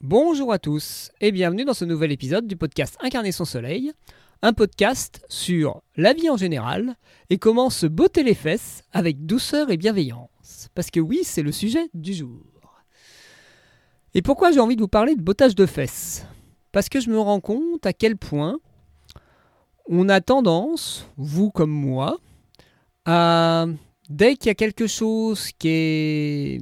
Bonjour à tous et bienvenue dans ce nouvel épisode du podcast Incarner son soleil, un podcast sur la vie en général et comment se botter les fesses avec douceur et bienveillance. Parce que oui, c'est le sujet du jour. Et pourquoi j'ai envie de vous parler de bottage de fesses ? Parce que je me rends compte à quel point on a tendance, vous comme moi, à dès qu'il y a quelque chose qui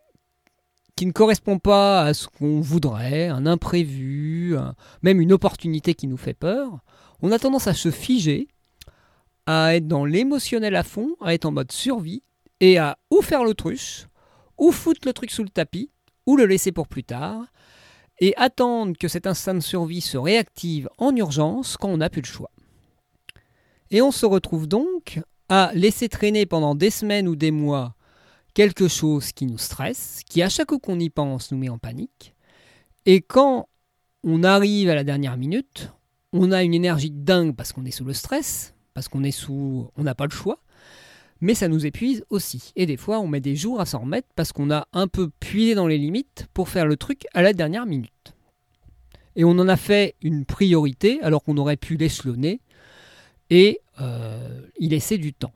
ne correspond pas à ce qu'on voudrait, un imprévu, même une opportunité qui nous fait peur, on a tendance à se figer, à être dans l'émotionnel à fond, à être en mode survie, et à ou faire l'autruche, ou foutre le truc sous le tapis, ou le laisser pour plus tard, et attendre que cet instinct de survie se réactive en urgence quand on n'a plus le choix. Et on se retrouve donc à laisser traîner pendant des semaines ou des mois quelque chose qui nous stresse, qui à chaque coup qu'on y pense nous met en panique. Et quand on arrive à la dernière minute, on a une énergie de dingue parce qu'on est sous le stress, parce qu'on n'a pas le choix, mais ça nous épuise aussi. Et des fois, on met des jours à s'en remettre parce qu'on a un peu puisé dans les limites pour faire le truc à la dernière minute. Et on en a fait une priorité alors qu'on aurait pu l'échelonner et y laisser du temps.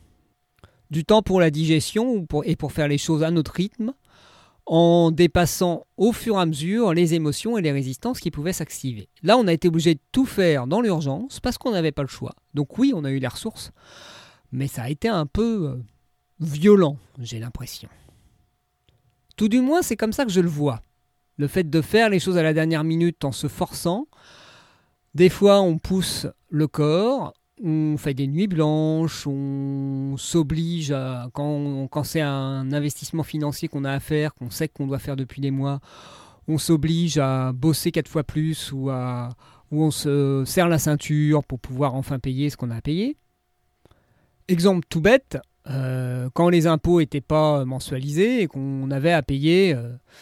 Du temps pour la digestion et pour faire les choses à notre rythme, en dépassant au fur et à mesure les émotions et les résistances qui pouvaient s'activer. Là, on a été obligé de tout faire dans l'urgence parce qu'on n'avait pas le choix. Donc oui, on a eu les ressources, mais ça a été un peu violent, j'ai l'impression. Tout du moins, c'est comme ça que je le vois. Le fait de faire les choses à la dernière minute en se forçant, des fois on pousse le corps, on fait des nuits blanches, on s'oblige à, quand c'est un investissement financier qu'on a à faire, qu'on sait qu'on doit faire depuis des mois, on s'oblige à bosser 4 fois plus ou on se serre la ceinture pour pouvoir enfin payer ce qu'on a à payer. Exemple tout bête, quand les impôts n'étaient pas mensualisés et qu'on avait à payer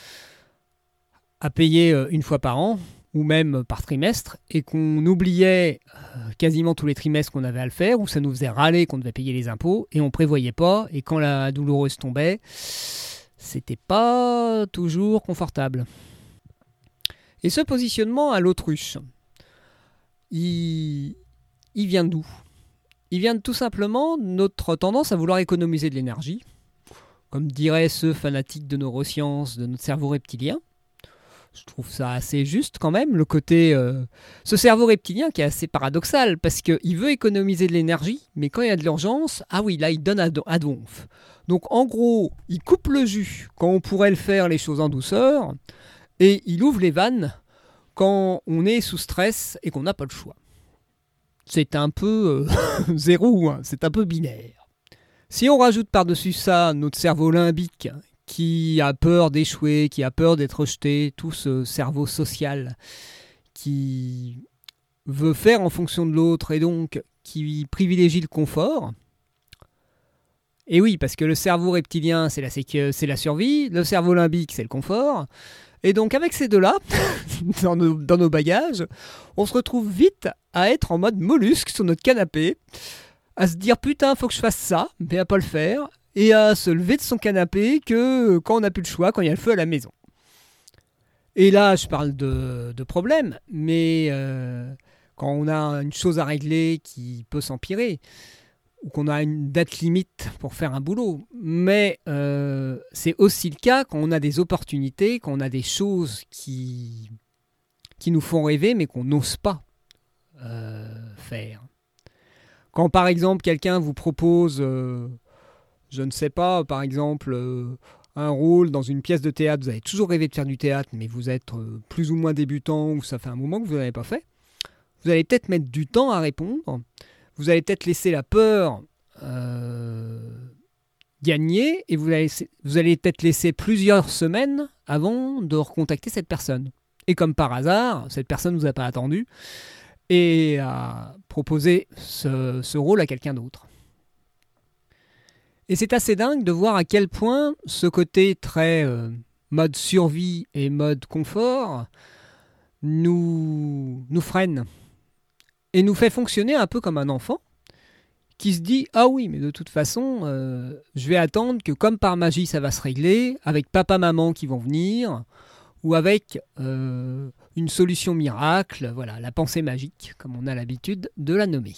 une fois par an, ou même par trimestre, et qu'on oubliait quasiment tous les trimestres qu'on avait à le faire, ou ça nous faisait râler qu'on devait payer les impôts, et on prévoyait pas, et quand la douloureuse tombait, c'était pas toujours confortable. Et ce positionnement à l'autruche, il vient d'où ? Il vient de tout simplement notre tendance à vouloir économiser de l'énergie, comme diraient ceux fanatiques de neurosciences, de notre cerveau reptilien. Je trouve ça assez juste quand même, le côté... ce cerveau reptilien qui est assez paradoxal, parce qu'il veut économiser de l'énergie, mais quand il y a de l'urgence, ah oui, là il donne à donf. Donc en gros, il coupe le jus quand on pourrait le faire les choses en douceur, et il ouvre les vannes quand on est sous stress et qu'on n'a pas le choix. C'est un peu zéro, hein, c'est un peu binaire. Si on rajoute par-dessus ça notre cerveau limbique, qui a peur d'échouer, qui a peur d'être rejeté, tout ce cerveau social qui veut faire en fonction de l'autre et donc qui privilégie le confort. Et oui, parce que le cerveau reptilien, c'est la survie, le cerveau limbique, c'est le confort. Et donc avec ces deux-là, dans nos bagages, on se retrouve vite à être en mode mollusque sur notre canapé, à se dire putain, faut que je fasse ça, mais à pas le faire, et à se lever de son canapé que quand on n'a plus le choix, quand il y a le feu à la maison. Et là, je parle de problème, mais quand on a une chose à régler qui peut s'empirer, ou qu'on a une date limite pour faire un boulot. Mais c'est aussi le cas quand on a des opportunités, quand on a des choses qui nous font rêver, mais qu'on n'ose pas faire. Quand par exemple quelqu'un vous propose... je ne sais pas, par exemple, un rôle dans une pièce de théâtre. Vous avez toujours rêvé de faire du théâtre, mais vous êtes plus ou moins débutant, ou ça fait un moment que vous n'avez pas fait. Vous allez peut-être mettre du temps à répondre. Vous allez peut-être laisser la peur gagner, et vous allez peut-être laisser plusieurs semaines avant de recontacter cette personne. Et comme par hasard, cette personne ne vous a pas attendu et a proposé ce rôle à quelqu'un d'autre. Et c'est assez dingue de voir à quel point ce côté très mode survie et mode confort nous freine et nous fait fonctionner un peu comme un enfant qui se dit « Ah oui, mais de toute façon, je vais attendre que comme par magie ça va se régler, avec papa-maman qui vont venir, ou avec une solution miracle, voilà, la pensée magique, comme on a l'habitude de la nommer.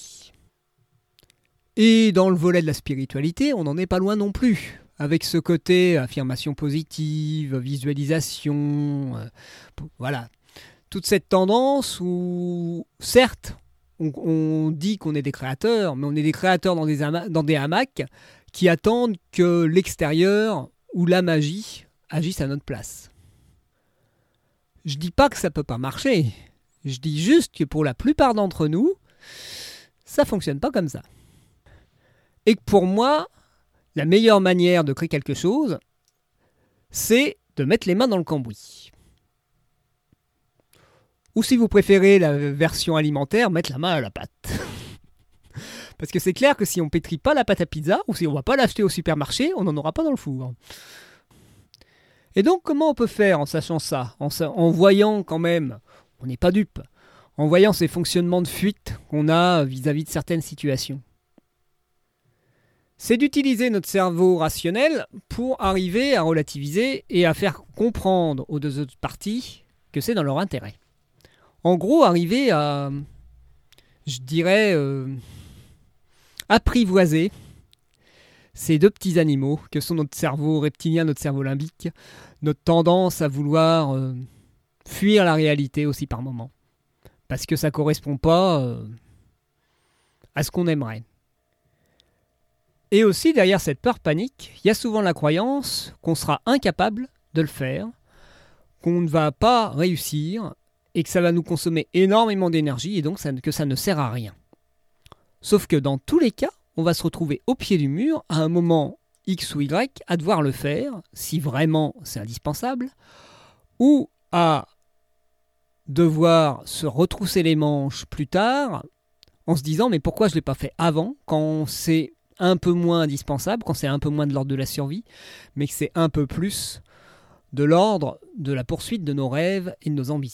Et dans le volet de la spiritualité, on n'en est pas loin non plus, avec ce côté affirmation positive, visualisation, voilà, toute cette tendance où, certes, on dit qu'on est des créateurs, mais on est des créateurs dans des hamacs qui attendent que l'extérieur ou la magie agisse à notre place. Je dis pas que ça peut pas marcher, je dis juste que pour la plupart d'entre nous, ça fonctionne pas comme ça. Et que pour moi, la meilleure manière de créer quelque chose, c'est de mettre les mains dans le cambouis. Ou si vous préférez la version alimentaire, mettre la main à la pâte. Parce que c'est clair que si on pétrit pas la pâte à pizza, ou si on va pas l'acheter au supermarché, on n'en aura pas dans le four. Et donc comment on peut faire en sachant ça, en voyant quand même, on n'est pas dupe, en voyant ces fonctionnements de fuite qu'on a vis-à-vis de certaines situations? C'est d'utiliser notre cerveau rationnel pour arriver à relativiser et à faire comprendre aux deux autres parties que c'est dans leur intérêt. En gros, arriver à, je dirais, apprivoiser ces deux petits animaux que sont notre cerveau reptilien, notre cerveau limbique, notre tendance à vouloir fuir la réalité aussi par moments, parce que ça ne correspond pas à ce qu'on aimerait. Et aussi, derrière cette peur panique, il y a souvent la croyance qu'on sera incapable de le faire, qu'on ne va pas réussir, et que ça va nous consommer énormément d'énergie, et donc que ça ne sert à rien. Sauf que dans tous les cas, on va se retrouver au pied du mur, à un moment X ou Y, à devoir le faire, si vraiment c'est indispensable, ou à devoir se retrousser les manches plus tard, en se disant « mais pourquoi je ne l'ai pas fait avant, quand c'est un peu moins indispensable, quand c'est un peu moins de l'ordre de la survie, mais que c'est un peu plus de l'ordre de la poursuite de nos rêves et de nos ambitions. »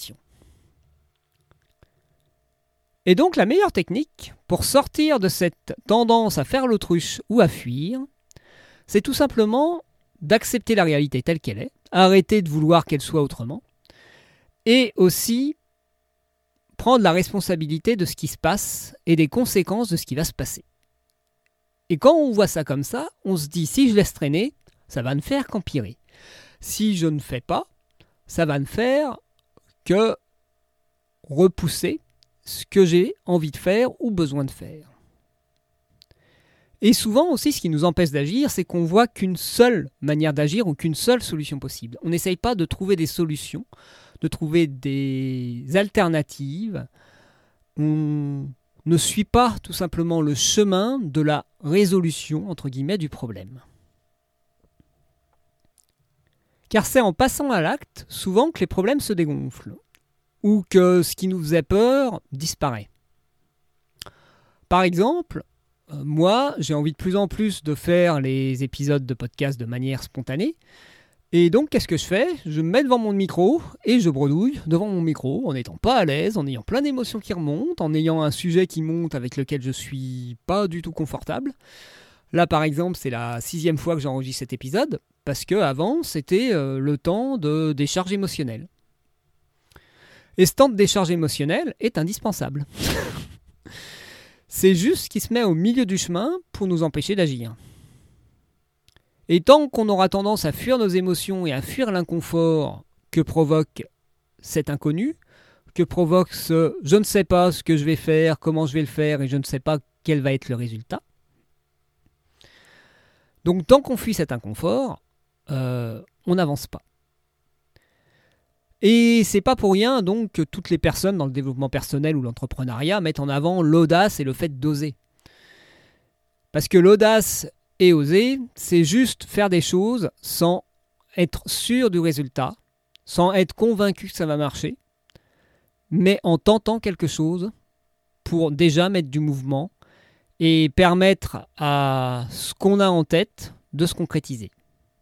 Et donc la meilleure technique pour sortir de cette tendance à faire l'autruche ou à fuir, c'est tout simplement d'accepter la réalité telle qu'elle est, arrêter de vouloir qu'elle soit autrement, et aussi prendre la responsabilité de ce qui se passe et des conséquences de ce qui va se passer. Et quand on voit ça comme ça, on se dit si je laisse traîner, ça va ne faire qu'empirer. Si je ne fais pas, ça va ne faire que repousser ce que j'ai envie de faire ou besoin de faire. Et souvent aussi, ce qui nous empêche d'agir, c'est qu'on voit qu'une seule manière d'agir ou qu'une seule solution possible. On n'essaye pas de trouver des solutions, de trouver des alternatives. On ne suit pas tout simplement le chemin de la résolution, entre guillemets, du problème. Car c'est en passant à l'acte, souvent, que les problèmes se dégonflent, ou que ce qui nous faisait peur disparaît. Par exemple, moi, j'ai envie de plus en plus de faire les épisodes de podcast de manière spontanée, et donc qu'est-ce que je fais ? Je me mets devant mon micro, et je bredouille devant mon micro, en n'étant pas à l'aise, en ayant plein d'émotions qui remontent, en ayant un sujet qui monte avec lequel je suis pas du tout confortable. Là, par exemple, c'est la 6e fois que j'enregistre cet épisode, parce qu'avant, c'était le temps de décharge émotionnelle. Et ce temps de décharge émotionnelle est indispensable. C'est juste ce qui se met au milieu du chemin pour nous empêcher d'agir. Et tant qu'on aura tendance à fuir nos émotions et à fuir l'inconfort que provoque cet inconnu, que provoque ce « je ne sais pas ce que je vais faire, comment je vais le faire et je ne sais pas quel va être le résultat », donc tant qu'on fuit cet inconfort, on n'avance pas. Et c'est pas pour rien donc que toutes les personnes dans le développement personnel ou l'entrepreneuriat mettent en avant l'audace et le fait d'oser. Parce que l'audace et oser, c'est juste faire des choses sans être sûr du résultat, sans être convaincu que ça va marcher, mais en tentant quelque chose pour déjà mettre du mouvement et permettre à ce qu'on a en tête de se concrétiser.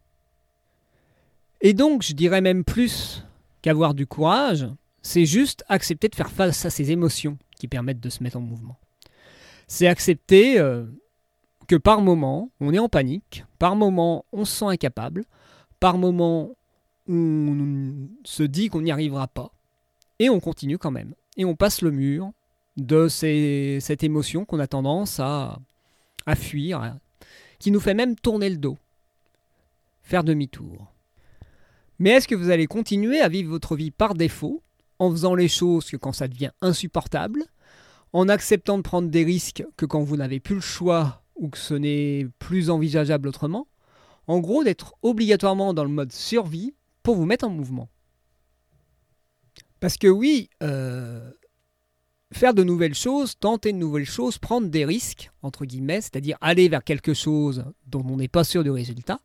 Et donc, je dirais même plus qu'avoir du courage, c'est juste accepter de faire face à ces émotions qui permettent de se mettre en mouvement. C'est accepter que par moment, on est en panique, par moment, on se sent incapable, par moment, on se dit qu'on n'y arrivera pas. Et on continue quand même. Et on passe le mur de cette émotion qu'on a tendance à fuir, qui nous fait même tourner le dos, faire demi-tour. Mais est-ce que vous allez continuer à vivre votre vie par défaut, en faisant les choses que quand ça devient insupportable, en acceptant de prendre des risques que quand vous n'avez plus le choix ou que ce n'est plus envisageable autrement, en gros d'être obligatoirement dans le mode survie pour vous mettre en mouvement. Parce que oui, faire de nouvelles choses, tenter de nouvelles choses, prendre des risques, entre guillemets, c'est-à-dire aller vers quelque chose dont on n'est pas sûr du résultat,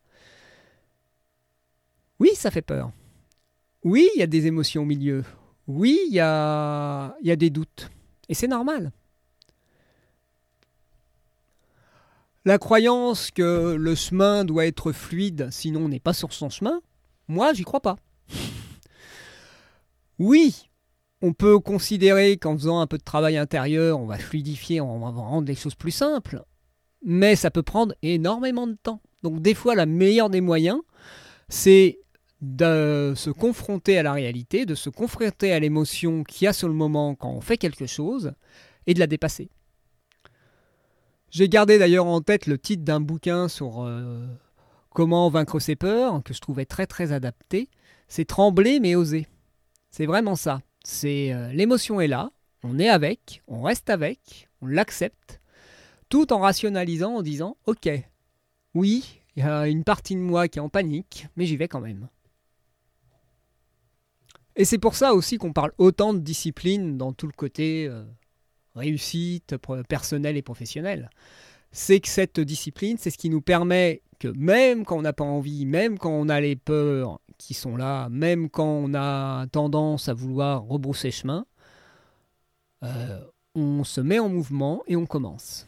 oui, ça fait peur. Oui, il y a des émotions au milieu. Oui, il y a des doutes. Et c'est normal. La croyance que le chemin doit être fluide, sinon on n'est pas sur son chemin, moi, j'y crois pas. Oui, on peut considérer qu'en faisant un peu de travail intérieur, on va fluidifier, on va rendre les choses plus simples, mais ça peut prendre énormément de temps. Donc des fois, le meilleur des moyens, c'est de se confronter à la réalité, de se confronter à l'émotion qu'il y a sur le moment quand on fait quelque chose, et de la dépasser. J'ai gardé d'ailleurs en tête le titre d'un bouquin sur comment vaincre ses peurs, que je trouvais très très adapté. C'est trembler mais oser. C'est vraiment ça. C'est l'émotion est là, on est avec, on reste avec, on l'accepte, tout en rationalisant, en disant « Ok, oui, il y a une partie de moi qui est en panique, mais j'y vais quand même. » Et c'est pour ça aussi qu'on parle autant de discipline dans tout le côté réussite personnelle et professionnelle. C'est que cette discipline, c'est ce qui nous permet que même quand on n'a pas envie, même quand on a les peurs qui sont là, même quand on a tendance à vouloir rebrousser chemin, on se met en mouvement et on commence.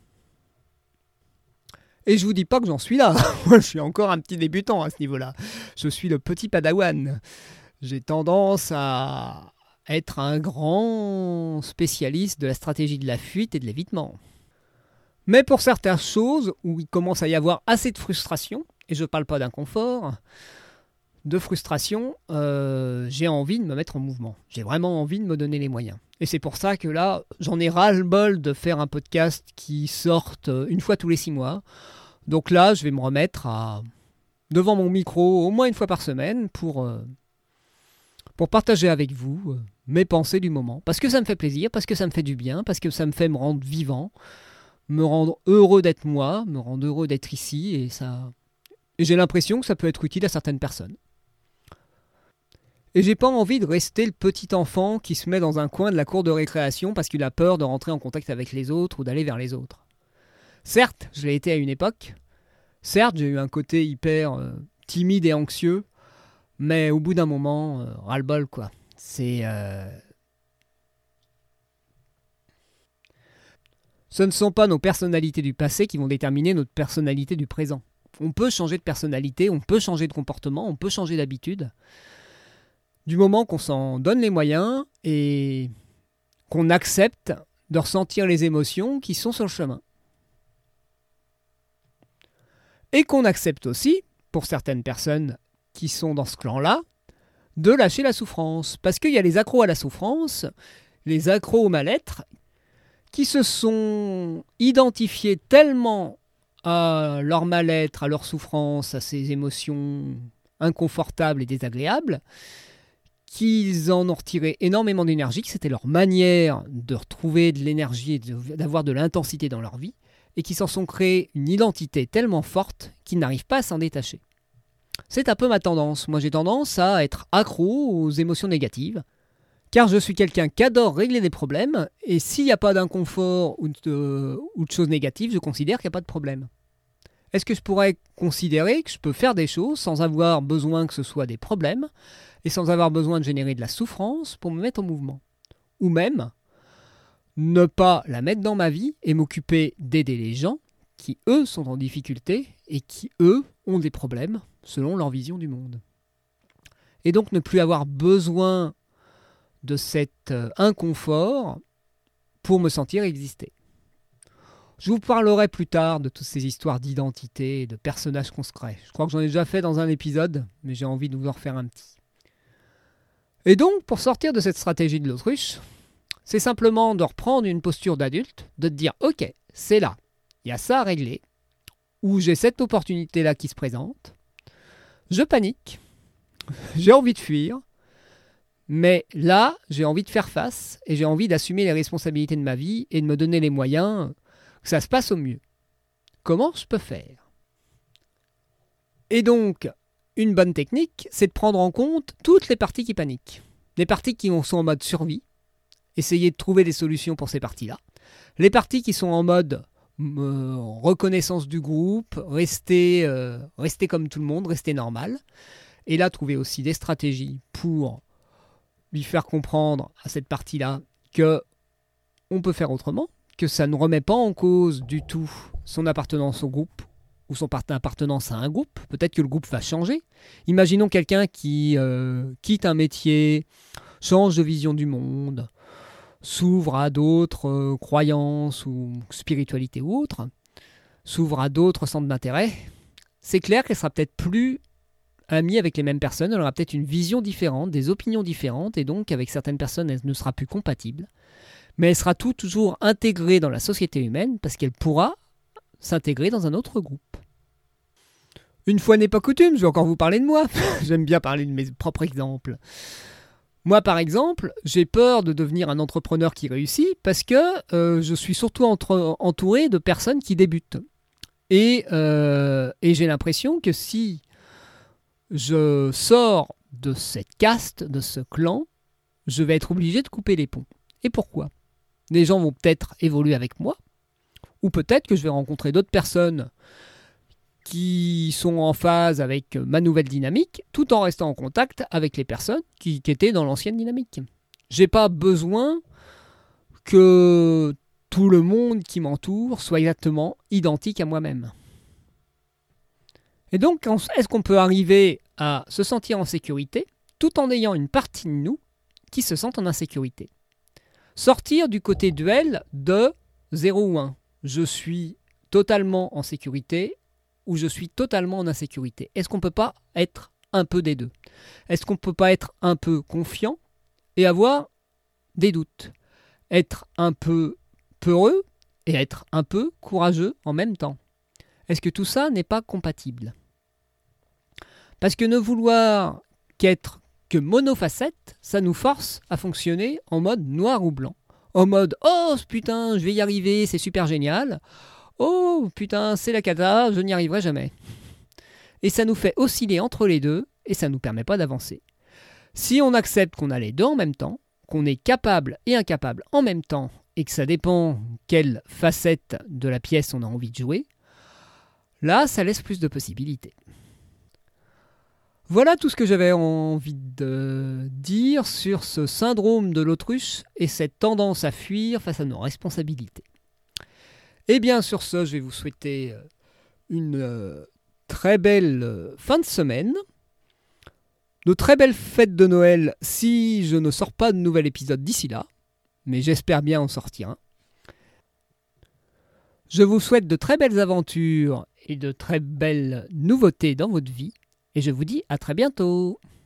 Et je vous dis pas que j'en suis là, moi je suis encore un petit débutant à ce niveau-là. Je suis le petit padawan. J'ai tendance à être un grand spécialiste de la stratégie de la fuite et de l'évitement. Mais pour certaines choses où il commence à y avoir assez de frustration, et je ne parle pas d'inconfort, de frustration, j'ai envie de me mettre en mouvement. J'ai vraiment envie de me donner les moyens. Et c'est pour ça que là, j'en ai ras-le-bol de faire un podcast qui sorte une fois tous les 6 mois. Donc là, je vais me remettre devant mon micro au moins une fois par semaine pour partager avec vous mes pensées du moment. Parce que ça me fait plaisir, parce que ça me fait du bien, parce que ça me fait me rendre vivant, me rendre heureux d'être moi, me rendre heureux d'être ici. Et j'ai l'impression que ça peut être utile à certaines personnes. Et j'ai pas envie de rester le petit enfant qui se met dans un coin de la cour de récréation parce qu'il a peur de rentrer en contact avec les autres ou d'aller vers les autres. Certes, je l'ai été à une époque. Certes, j'ai eu un côté hyper timide et anxieux. Mais au bout d'un moment, ras-le-bol quoi. Ce ne sont pas nos personnalités du passé qui vont déterminer notre personnalité du présent. On peut changer de personnalité, on peut changer de comportement, on peut changer d'habitude. Du moment qu'on s'en donne les moyens et qu'on accepte de ressentir les émotions qui sont sur le chemin. Et qu'on accepte aussi, pour certaines personnes qui sont dans ce clan-là, de lâcher la souffrance. Parce qu'il y a les accros à la souffrance, les accros au mal-être, qui se sont identifiés tellement à leur mal-être, à leur souffrance, à ces émotions inconfortables et désagréables, qu'ils en ont retiré énormément d'énergie, que c'était leur manière de retrouver de l'énergie et d'avoir de l'intensité dans leur vie, et qui s'en sont créés une identité tellement forte qu'ils n'arrivent pas à s'en détacher. C'est un peu ma tendance. Moi, j'ai tendance à être accro aux émotions négatives, car je suis quelqu'un qui adore régler des problèmes, et s'il n'y a pas d'inconfort ou de choses négatives, je considère qu'il n'y a pas de problème. Est-ce que je pourrais considérer que je peux faire des choses sans avoir besoin que ce soit des problèmes, et sans avoir besoin de générer de la souffrance pour me mettre en mouvement? Ou même, ne pas la mettre dans ma vie et m'occuper d'aider les gens qui, eux, sont en difficulté et qui, eux, ont des problèmes selon leur vision du monde. Et donc ne plus avoir besoin de cet inconfort pour me sentir exister. Je vous parlerai plus tard de toutes ces histoires d'identité et de personnages qu'on se crée. Je crois que j'en ai déjà fait dans un épisode, mais j'ai envie de vous en refaire un petit. Et donc, pour sortir de cette stratégie de l'autruche, c'est simplement de reprendre une posture d'adulte, de te dire « Ok, c'est là, il y a ça à régler, ou j'ai cette opportunité-là qui se présente, je panique, j'ai envie de fuir, mais là, j'ai envie de faire face et j'ai envie d'assumer les responsabilités de ma vie et de me donner les moyens que ça se passe au mieux. Comment je peux faire ?» Et donc, une bonne technique, c'est de prendre en compte toutes les parties qui paniquent. Les parties qui sont en mode survie, essayer de trouver des solutions pour ces parties-là. Les parties qui sont en mode reconnaissance du groupe, rester comme tout le monde, rester normal. Et là, trouver aussi des stratégies pour lui faire comprendre à cette partie-là que on peut faire autrement, que ça ne remet pas en cause du tout son appartenance au groupe ou son appartenance à un groupe. Peut-être que le groupe va changer. Imaginons quelqu'un qui quitte un métier, change de vision du monde, s'ouvre à d'autres croyances ou spiritualité ou autres, s'ouvre à d'autres centres d'intérêt. C'est clair qu'elle sera peut-être plus amie avec les mêmes personnes, elle aura peut-être une vision différente, des opinions différentes, et donc avec certaines personnes, elle ne sera plus compatible. Mais elle sera toujours intégrée dans la société humaine parce qu'elle pourra s'intégrer dans un autre groupe. Une fois n'est pas coutume, je vais encore vous parler de moi. J'aime bien parler de mes propres exemples. Moi, par exemple, j'ai peur de devenir un entrepreneur qui réussit parce que je suis surtout entouré de personnes qui débutent. Et j'ai l'impression que si je sors de cette caste, de ce clan, je vais être obligé de couper les ponts. Et pourquoi ? Les gens vont peut-être évoluer avec moi, ou peut-être que je vais rencontrer d'autres personnes qui sont en phase avec ma nouvelle dynamique, tout en restant en contact avec les personnes qui étaient dans l'ancienne dynamique. J'ai pas besoin que tout le monde qui m'entoure soit exactement identique à moi-même. Et donc, est-ce qu'on peut arriver à se sentir en sécurité tout en ayant une partie de nous qui se sent en insécurité ? Sortir du côté duel de 0 ou 1. Je suis totalement en sécurité ou je suis totalement en insécurité. Est-ce qu'on ne peut pas être un peu des deux ? Est-ce qu'on ne peut pas être un peu confiant et avoir des doutes ? Être un peu peureux et être un peu courageux en même temps ? Est-ce que tout ça n'est pas compatible ? Parce que ne vouloir qu'être que monofacette, ça nous force à fonctionner en mode noir ou blanc. En mode « Oh putain, je vais y arriver, c'est super génial !» « Oh putain, c'est la cata, je n'y arriverai jamais !» Et ça nous fait osciller entre les deux et ça ne nous permet pas d'avancer. Si on accepte qu'on a les deux en même temps, qu'on est capable et incapable en même temps et que ça dépend quelle facette de la pièce on a envie de jouer, là, ça laisse plus de possibilités. Voilà tout ce que j'avais envie de dire sur ce syndrome de l'autruche et cette tendance à fuir face à nos responsabilités. Et bien sur ce, je vais vous souhaiter une très belle fin de semaine, de très belles fêtes de Noël si je ne sors pas de nouvel épisode d'ici là, mais j'espère bien en sortir un. Je vous souhaite de très belles aventures et de très belles nouveautés dans votre vie, et je vous dis à très bientôt.